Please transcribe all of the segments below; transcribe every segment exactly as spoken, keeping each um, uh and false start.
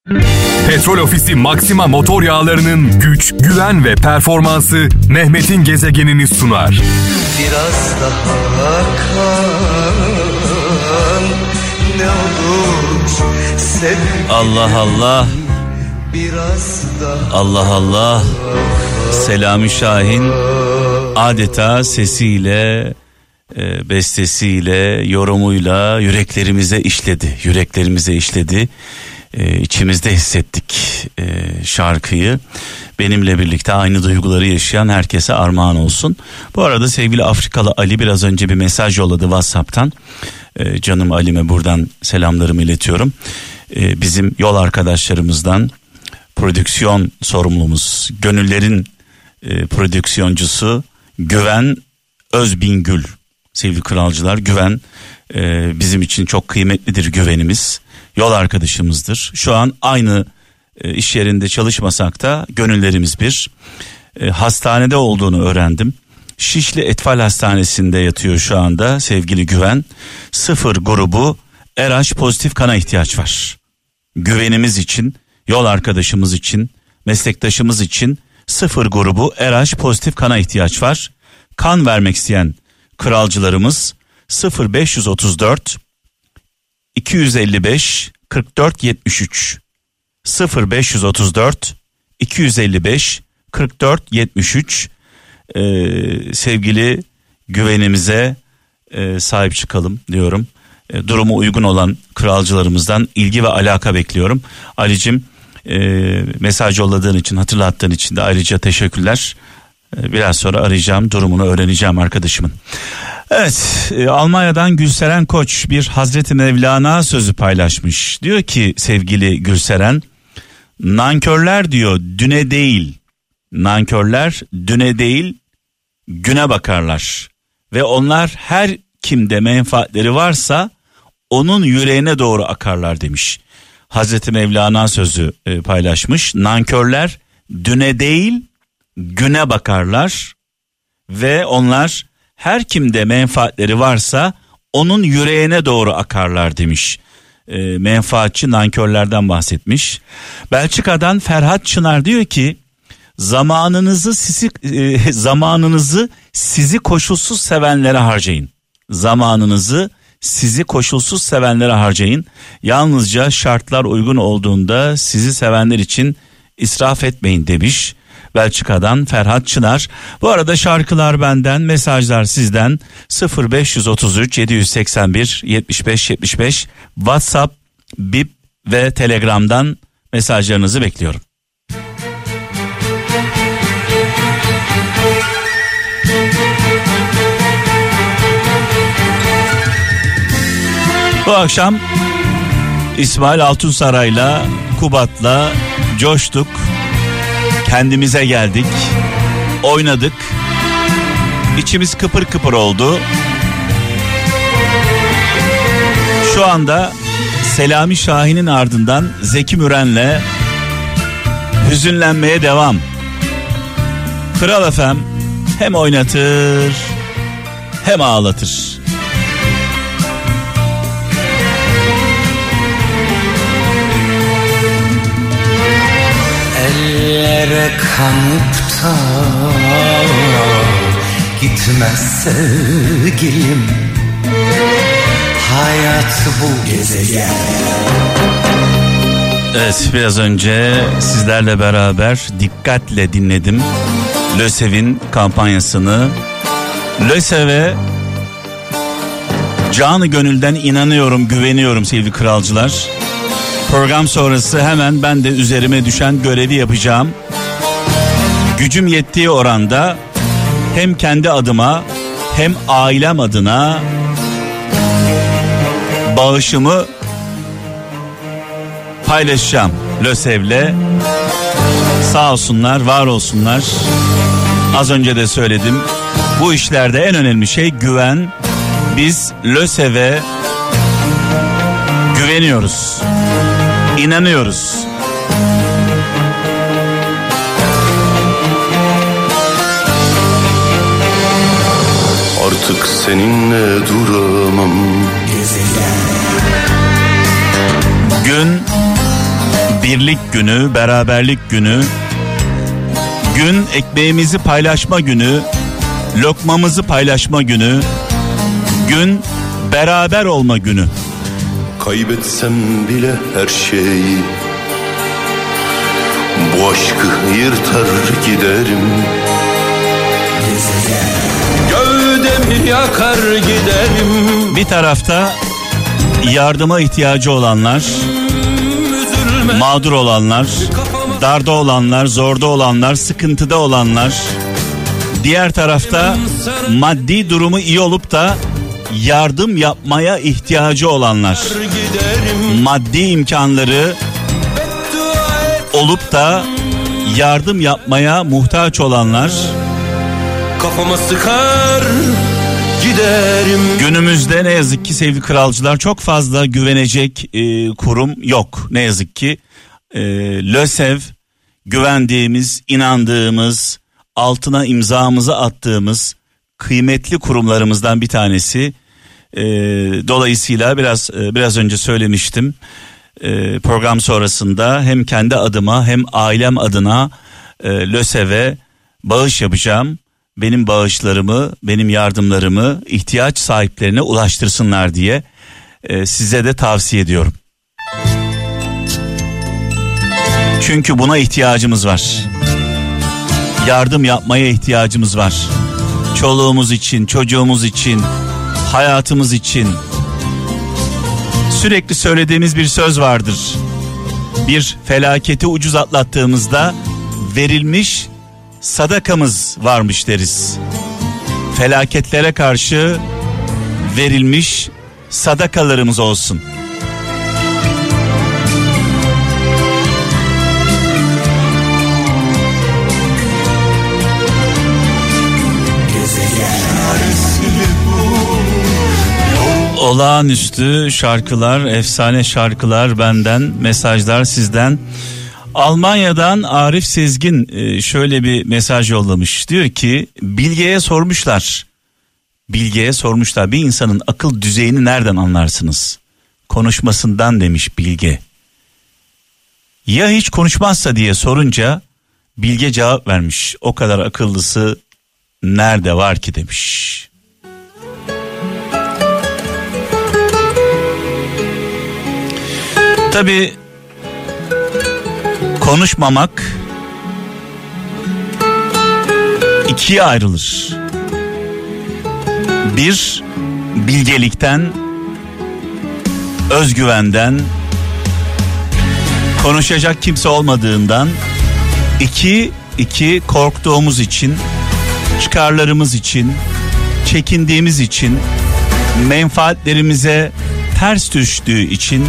Petrol Ofisi Maxima motor yağlarının güç, güven ve performansı Mehmet'in gezegenini sunar. Biraz daha kal, ne olur sev. Allah Allah. Biraz daha Allah Allah. Selami Şahin adeta sesiyle, e, bestesiyle, yorumuyla yüreklerimize işledi. Yüreklerimize işledi. E, içimizde hissettik e, şarkıyı. Benimle birlikte aynı duyguları yaşayan herkese armağan olsun. Bu arada sevgili Afrikalı Ali biraz önce bir mesaj yolladı WhatsApp'tan. E, canım Ali'me buradan selamlarımı iletiyorum. E, bizim yol arkadaşlarımızdan prodüksiyon sorumlumuz, gönüllerin e, prodüksiyoncusu Güven Özbingül. Sevgili kralcılar, Güven e, bizim için çok kıymetlidir, güvenimiz. Yol arkadaşımızdır. Şu an aynı e, iş yerinde çalışmasak da gönüllerimiz bir. E, hastanede olduğunu öğrendim. Şişli Etfal Hastanesi'nde yatıyor şu anda sevgili Güven. Sıfır grubu R H pozitif kana ihtiyaç var. Güvenimiz için, yol arkadaşımız için, meslektaşımız için sıfır grubu R H pozitif kana ihtiyaç var. Kan vermek isteyen kralcılarımız sıfır beş yüz otuz dört iki yüz elli beş kırk dört yetmiş üç sıfır beş yüz otuz dört iki yüz elli beş kırk dört yetmiş üç. ee, sevgili güvenimize e, sahip çıkalım diyorum. E, durumu uygun olan kralcılarımızdan ilgi ve alaka bekliyorum. Ali'cim e, mesaj yolladığın için, hatırlattığın için de ayrıca teşekkürler. E, biraz sonra arayacağım, durumunu öğreneceğim arkadaşımın. Evet, e, Almanya'dan Gülseren Koç bir Hazreti Mevlana sözü paylaşmış. Diyor ki sevgili Gülseren, nankörler diyor düne değil, nankörler düne değil güne bakarlar. Ve onlar her kimde menfaatleri varsa onun yüreğine doğru akarlar demiş. Hazreti Mevlana sözü e, paylaşmış. Nankörler düne değil güne bakarlar ve onlar her kimde menfaatleri varsa onun yüreğine doğru akarlar demiş. E, menfaatçi nankörlerden bahsetmiş. Belçika'dan Ferhat Çınar diyor ki zamanınızı sizi e, zamanınızı sizi koşulsuz sevenlere harcayın. Zamanınızı sizi koşulsuz sevenlere harcayın. Yalnızca şartlar uygun olduğunda sizi sevenler için israf etmeyin demiş. Belçika'dan Ferhat Çınar. Bu arada şarkılar benden, mesajlar sizden. sıfır beş yüz otuz üç yedi yüz seksen bir yetmiş beş yetmiş beş WhatsApp, Bip ve Telegram'dan mesajlarınızı bekliyorum. Bu akşam İsmail Altunsaray'la, Kubat'la coştuk. Kendimize geldik. Oynadık. İçimiz kıpır kıpır oldu. Şu anda Selami Şahin'in ardından Zeki Müren'le hüzünlenmeye devam. Kral F M hem oynatır hem ağlatır. Ellere kanıp da gitmez sevgilim, hayat bu gezegen. Evet, biraz önce sizlerle beraber dikkatle dinledim LÖSEV'in kampanyasını. LÖSEV'e canı gönülden inanıyorum, güveniyorum sevgili kralcılar. Program sonrası hemen ben de üzerime düşen görevi yapacağım. Gücüm yettiği oranda hem kendi adıma hem ailem adına bağışımı paylaşacağım LÖSEV'le. Sağ olsunlar, var olsunlar. Az önce de söyledim. Bu işlerde en önemli şey güven. Biz LÖSEV'e güveniyoruz. İnanıyoruz. Artık seninle duramam. Gün birlik günü, beraberlik günü, gün ekmeğimizi paylaşma günü, lokmamızı paylaşma günü, gün beraber olma günü. Kaybetsem bile her şeyi, bu aşkı yırtar giderim. Gövdemi yakar giderim. Bir tarafta yardıma ihtiyacı olanlar, mağdur olanlar, darda olanlar, zorda olanlar, sıkıntıda olanlar. Diğer tarafta maddi durumu iyi olup da yardım yapmaya ihtiyacı olanlar. Maddi imkanları olup da yardım yapmaya muhtaç olanlar. Kafama sıkar giderim. Günümüzde ne yazık ki sevgili kralcılar çok fazla güvenecek e, kurum yok. Ne yazık ki e, LÖSEV güvendiğimiz, inandığımız, altına imzamızı attığımız kıymetli kurumlarımızdan bir tanesi. E, dolayısıyla biraz e, biraz önce söylemiştim. E, program sonrasında hem kendi adıma hem ailem adına e, LÖSEV'e bağış yapacağım. Benim bağışlarımı, benim yardımlarımı ihtiyaç sahiplerine ulaştırsınlar diye e, size de tavsiye ediyorum. Çünkü buna ihtiyacımız var. Yardım yapmaya ihtiyacımız var. Çoluğumuz için, çocuğumuz için, hayatımız için. Sürekli söylediğimiz bir söz vardır. Bir felaketi ucuz atlattığımızda verilmiş sadakamız varmış deriz. Felaketlere karşı verilmiş sadakalarımız olsun. Olağanüstü şarkılar, efsane şarkılar benden, mesajlar sizden. Almanya'dan Arif Sezgin şöyle bir mesaj yollamış. Diyor ki Bilge'ye sormuşlar. Bilge'ye sormuşlar bir insanın akıl düzeyini nereden anlarsınız? Konuşmasından demiş Bilge. Ya hiç konuşmazsa diye sorunca Bilge cevap vermiş. O kadar akıllısı nerede var ki demiş. Tabii konuşmamak ikiye ayrılır. Bir, bilgelikten, özgüvenden, konuşacak kimse olmadığından. İki, iki korktuğumuz için, çıkarlarımız için, çekindiğimiz için, menfaatlerimize ters düştüğü için.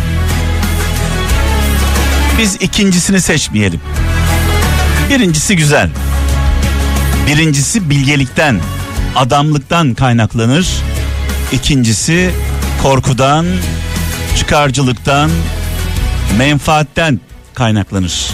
Biz ikincisini seçmeyelim. Birincisi güzel. Birincisi bilgelikten, adamlıktan kaynaklanır. İkincisi korkudan, çıkarcılıktan, menfaatten kaynaklanır.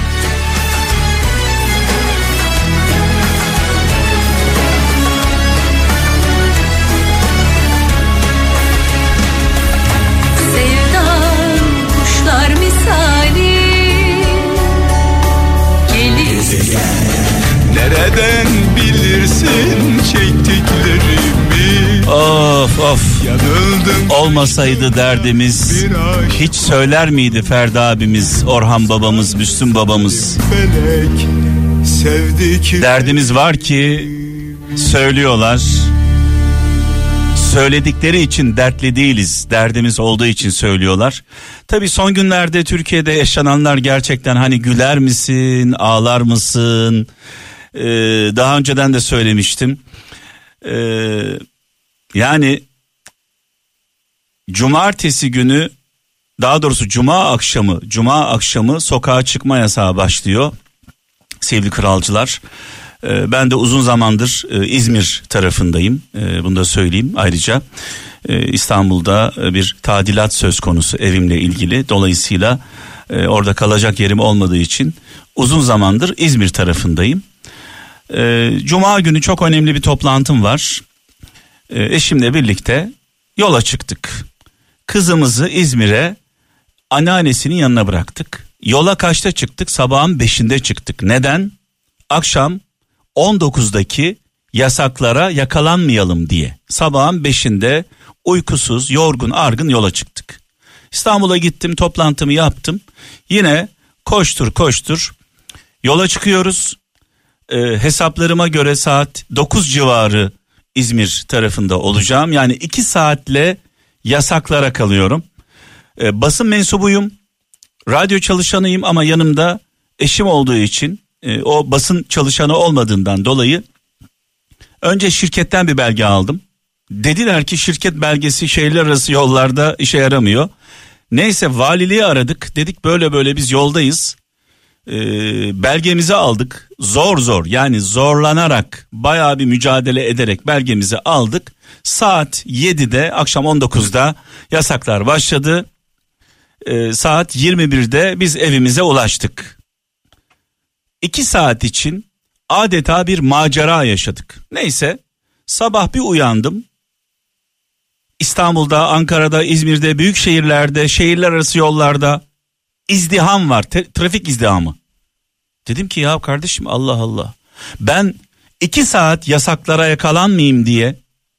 Nereden bilirsin çektiklerimi? Of of. Yanıldım. Olmasaydı derdimiz hiç söyler miydi Ferdi abimiz, Orhan babamız, Müslüm babamız? Felek, derdimiz var ki söylüyorlar. Söyledikleri için dertli değiliz. Derdimiz olduğu için söylüyorlar. Tabii son günlerde Türkiye'de yaşananlar gerçekten hani güler misin, ağlar mısın? Ee, daha önceden de söylemiştim. Ee, yani cumartesi günü, daha doğrusu cuma akşamı, cuma akşamı sokağa çıkma yasağı başlıyor. Sevgili kralcılar. Ben de uzun zamandır İzmir tarafındayım. Bunu da söyleyeyim ayrıca. İstanbul'da bir tadilat söz konusu evimle ilgili. Dolayısıyla orada kalacak yerim olmadığı için uzun zamandır İzmir tarafındayım. Cuma günü çok önemli bir toplantım var. Eşimle birlikte yola çıktık. Kızımızı İzmir'e anneannesinin yanına bıraktık. Yola kaçta çıktık? Sabahın beşinde çıktık. Neden? Akşam on dokuzdaki yasaklara yakalanmayalım diye. Sabahın beşinde uykusuz, yorgun, argın yola çıktık. İstanbul'a gittim, toplantımı yaptım. Yine koştur koştur yola çıkıyoruz. Ee, hesaplarıma göre saat dokuz civarı İzmir tarafında olacağım. Yani iki saatle yasaklara kalıyorum. Ee, basın mensubuyum, radyo çalışanıyım ama yanımda eşim olduğu için e, o basın çalışanı olmadığından dolayı önce şirketten bir belge aldım. Dediler ki şirket belgesi şehirler arası yollarda işe yaramıyor. Neyse valiliği aradık, dedik böyle böyle biz yoldayız. Ee, belgemizi aldık, zor zor yani zorlanarak bayağı bir mücadele ederek belgemizi aldık. Saat yedide, akşam on dokuzda yasaklar başladı. Ee, saat yirmi birde biz evimize ulaştık. İki saat için adeta bir macera yaşadık. Neyse sabah bir uyandım. İstanbul'da, Ankara'da, İzmir'de, büyük şehirlerde, şehirler arası yollarda izdiham var, te- trafik izdihamı. Dedim ki ya kardeşim, Allah Allah, ben iki saat yasaklara yakalanmayayım diye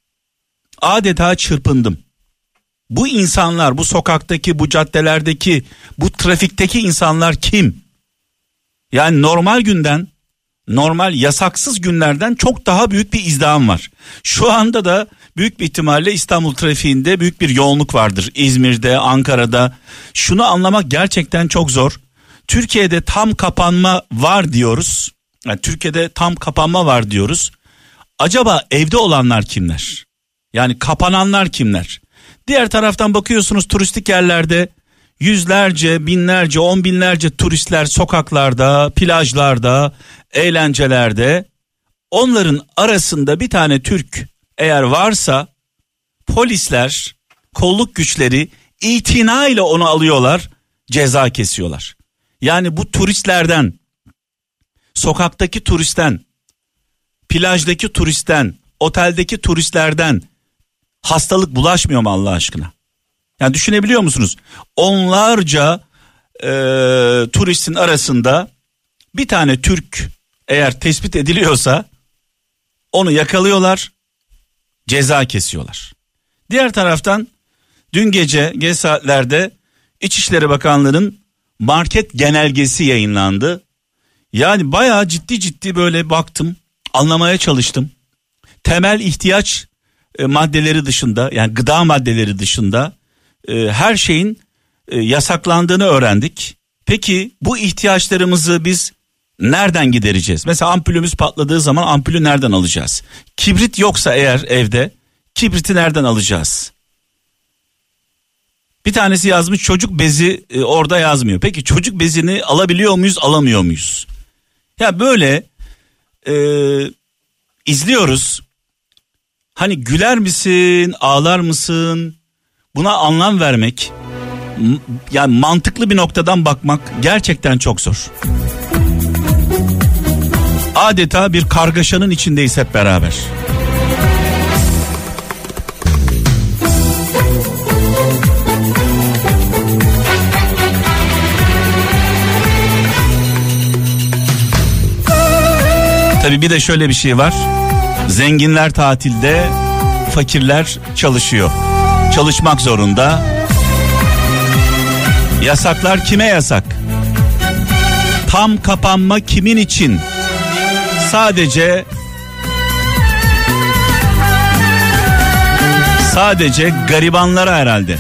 adeta çırpındım. Bu insanlar, bu sokaktaki, bu caddelerdeki, bu trafikteki insanlar kim? Yani normal günden, normal yasaksız günlerden çok daha büyük bir izdiham var. Şu anda da büyük bir ihtimalle İstanbul trafiğinde büyük bir yoğunluk vardır. İzmir'de, Ankara'da. Şunu anlamak gerçekten çok zor. Türkiye'de tam kapanma var diyoruz. Yani Türkiye'de tam kapanma var diyoruz. Acaba evde olanlar kimler? Yani kapananlar kimler? Diğer taraftan bakıyorsunuz turistik yerlerde yüzlerce, binlerce, on binlerce turistler sokaklarda, plajlarda, eğlencelerde. Onların arasında bir tane Türk eğer varsa polisler, kolluk güçleri itina ile onu alıyorlar, ceza kesiyorlar. Yani bu turistlerden, sokaktaki turistten, plajdaki turistten, oteldeki turistlerden hastalık bulaşmıyor mu Allah aşkına? Yani düşünebiliyor musunuz? Onlarca e, turistin arasında bir tane Türk eğer tespit ediliyorsa onu yakalıyorlar, ceza kesiyorlar. Diğer taraftan dün gece geç saatlerde İçişleri Bakanlığı'nın market genelgesi yayınlandı. Yani bayağı ciddi ciddi böyle baktım, anlamaya çalıştım. Temel ihtiyaç e, maddeleri dışında, yani gıda maddeleri dışında e, her şeyin e, yasaklandığını öğrendik. Peki bu ihtiyaçlarımızı biz nereden gidereceğiz? Mesela ampulümüz patladığı zaman ampulü nereden alacağız? Kibrit yoksa eğer evde, kibriti nereden alacağız? Bir tanesi yazmış çocuk bezi, e, orada yazmıyor. Peki çocuk bezini alabiliyor muyuz, alamıyor muyuz? Ya böyle e, izliyoruz. Hani güler misin, ağlar mısın? Buna anlam vermek, m- yani mantıklı bir noktadan bakmak gerçekten çok zor. Adeta bir kargaşanın içindeyiz hep beraber. Tabii bir de şöyle bir şey var. Zenginler tatilde, fakirler çalışıyor. Çalışmak zorunda. Yasaklar kime yasak? Tam kapanma kimin için? Sadece sadece garibanlara herhalde.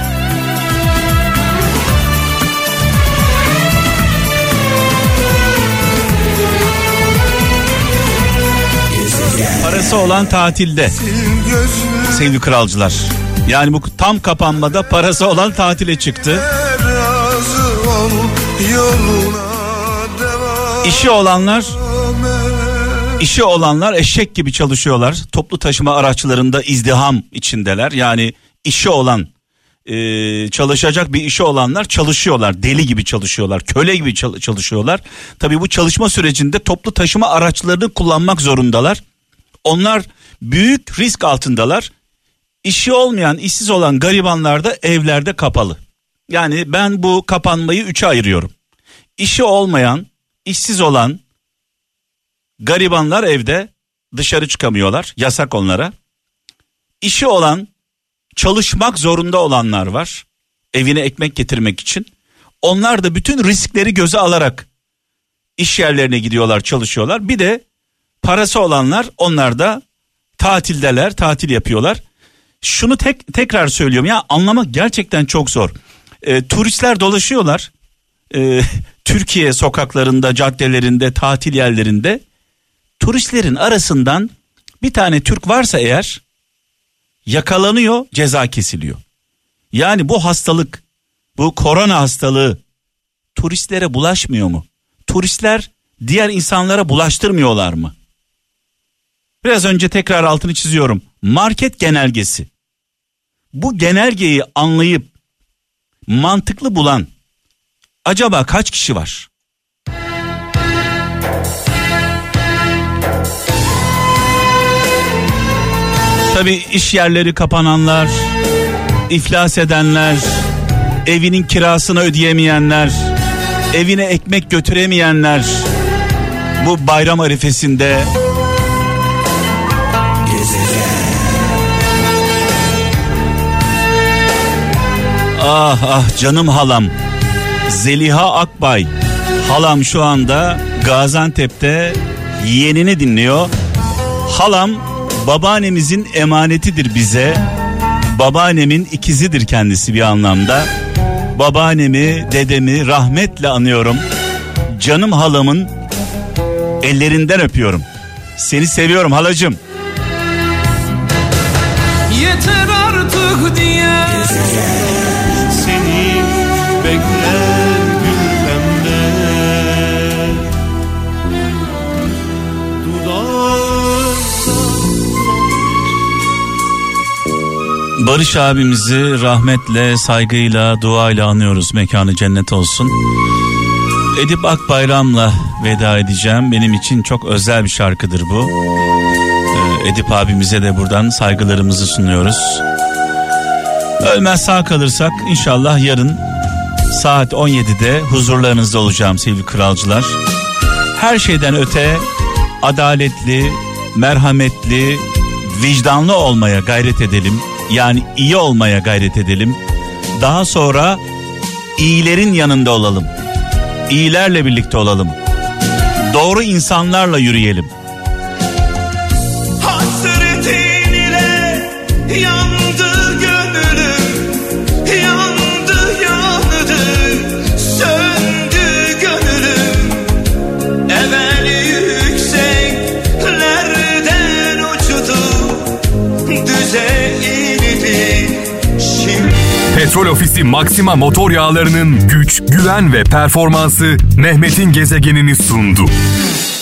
Parası olan tatilde sevgili kralcılar. Yani bu tam kapanmada parası olan tatile çıktı. İşi olanlar işi olanlar eşek gibi çalışıyorlar. Toplu taşıma araçlarında izdiham içindeler. Yani işi olan, e, çalışacak bir işi olanlar çalışıyorlar. Deli gibi çalışıyorlar. Köle gibi çalışıyorlar. Tabii bu çalışma sürecinde toplu taşıma araçlarını kullanmak zorundalar. Onlar büyük risk altındalar. İşi olmayan, işsiz olan garibanlar da evlerde kapalı. Yani ben bu kapanmayı üçe ayırıyorum. işi olmayan, işsiz olan garibanlar evde, dışarı çıkamıyorlar, yasak onlara. İşi olan, çalışmak zorunda olanlar var, evine ekmek getirmek için. Onlar da bütün riskleri göze alarak iş yerlerine gidiyorlar, çalışıyorlar. Bir de parası olanlar, onlar da tatildeler, tatil yapıyorlar. Şunu tek tekrar söylüyorum ya, anlamak gerçekten çok zor. E, turistler dolaşıyorlar e, Türkiye sokaklarında, caddelerinde, tatil yerlerinde. Turistlerin arasından bir tane Türk varsa eğer yakalanıyor, ceza kesiliyor. Yani bu hastalık, bu korona hastalığı turistlere bulaşmıyor mu? Turistler diğer insanlara bulaştırmıyorlar mı? Biraz önce tekrar altını çiziyorum. Market genelgesi. Bu genelgeyi anlayıp mantıklı bulan acaba kaç kişi var? Tabii iş yerleri kapananlar, iflas edenler, evinin kirasını ödeyemeyenler, evine ekmek götüremeyenler bu bayram arifesinde ah ah canım halam Zeliha Akbay, halam şu anda Gaziantep'te yeğenini dinliyor. Halam babaannemizin emanetidir bize. Babaannemin ikizidir kendisi bir anlamda. Babaannemi, dedemi rahmetle anıyorum. Canım halamın ellerinden öpüyorum. Seni seviyorum halacığım. Yeter artık diye seni bekler bir pembe Barış abimizi rahmetle, saygıyla, duayla anıyoruz. Mekanı cennet olsun. Edip Akbayram'la veda edeceğim. Benim için çok özel bir şarkıdır bu. Ee, Edip abimize de buradan saygılarımızı sunuyoruz. Ölmez sağ kalırsak inşallah yarın saat on yedide huzurlarınızda olacağım sevgili kralcılar. Her şeyden öte adaletli, merhametli, vicdanlı olmaya gayret edelim. Yani iyi olmaya gayret edelim. Daha sonra iyilerin yanında olalım. İyilerle birlikte olalım. Doğru insanlarla yürüyelim. Hasretin ile yandı gönlüm, yandı yandı, söndü gönlüm. Evvel yükseklerden uçtu, düze indi şimdi. Petrol Ofisi Maxima motor yağlarının güç, güven ve performansı Mehmet'in gezegenini sundu.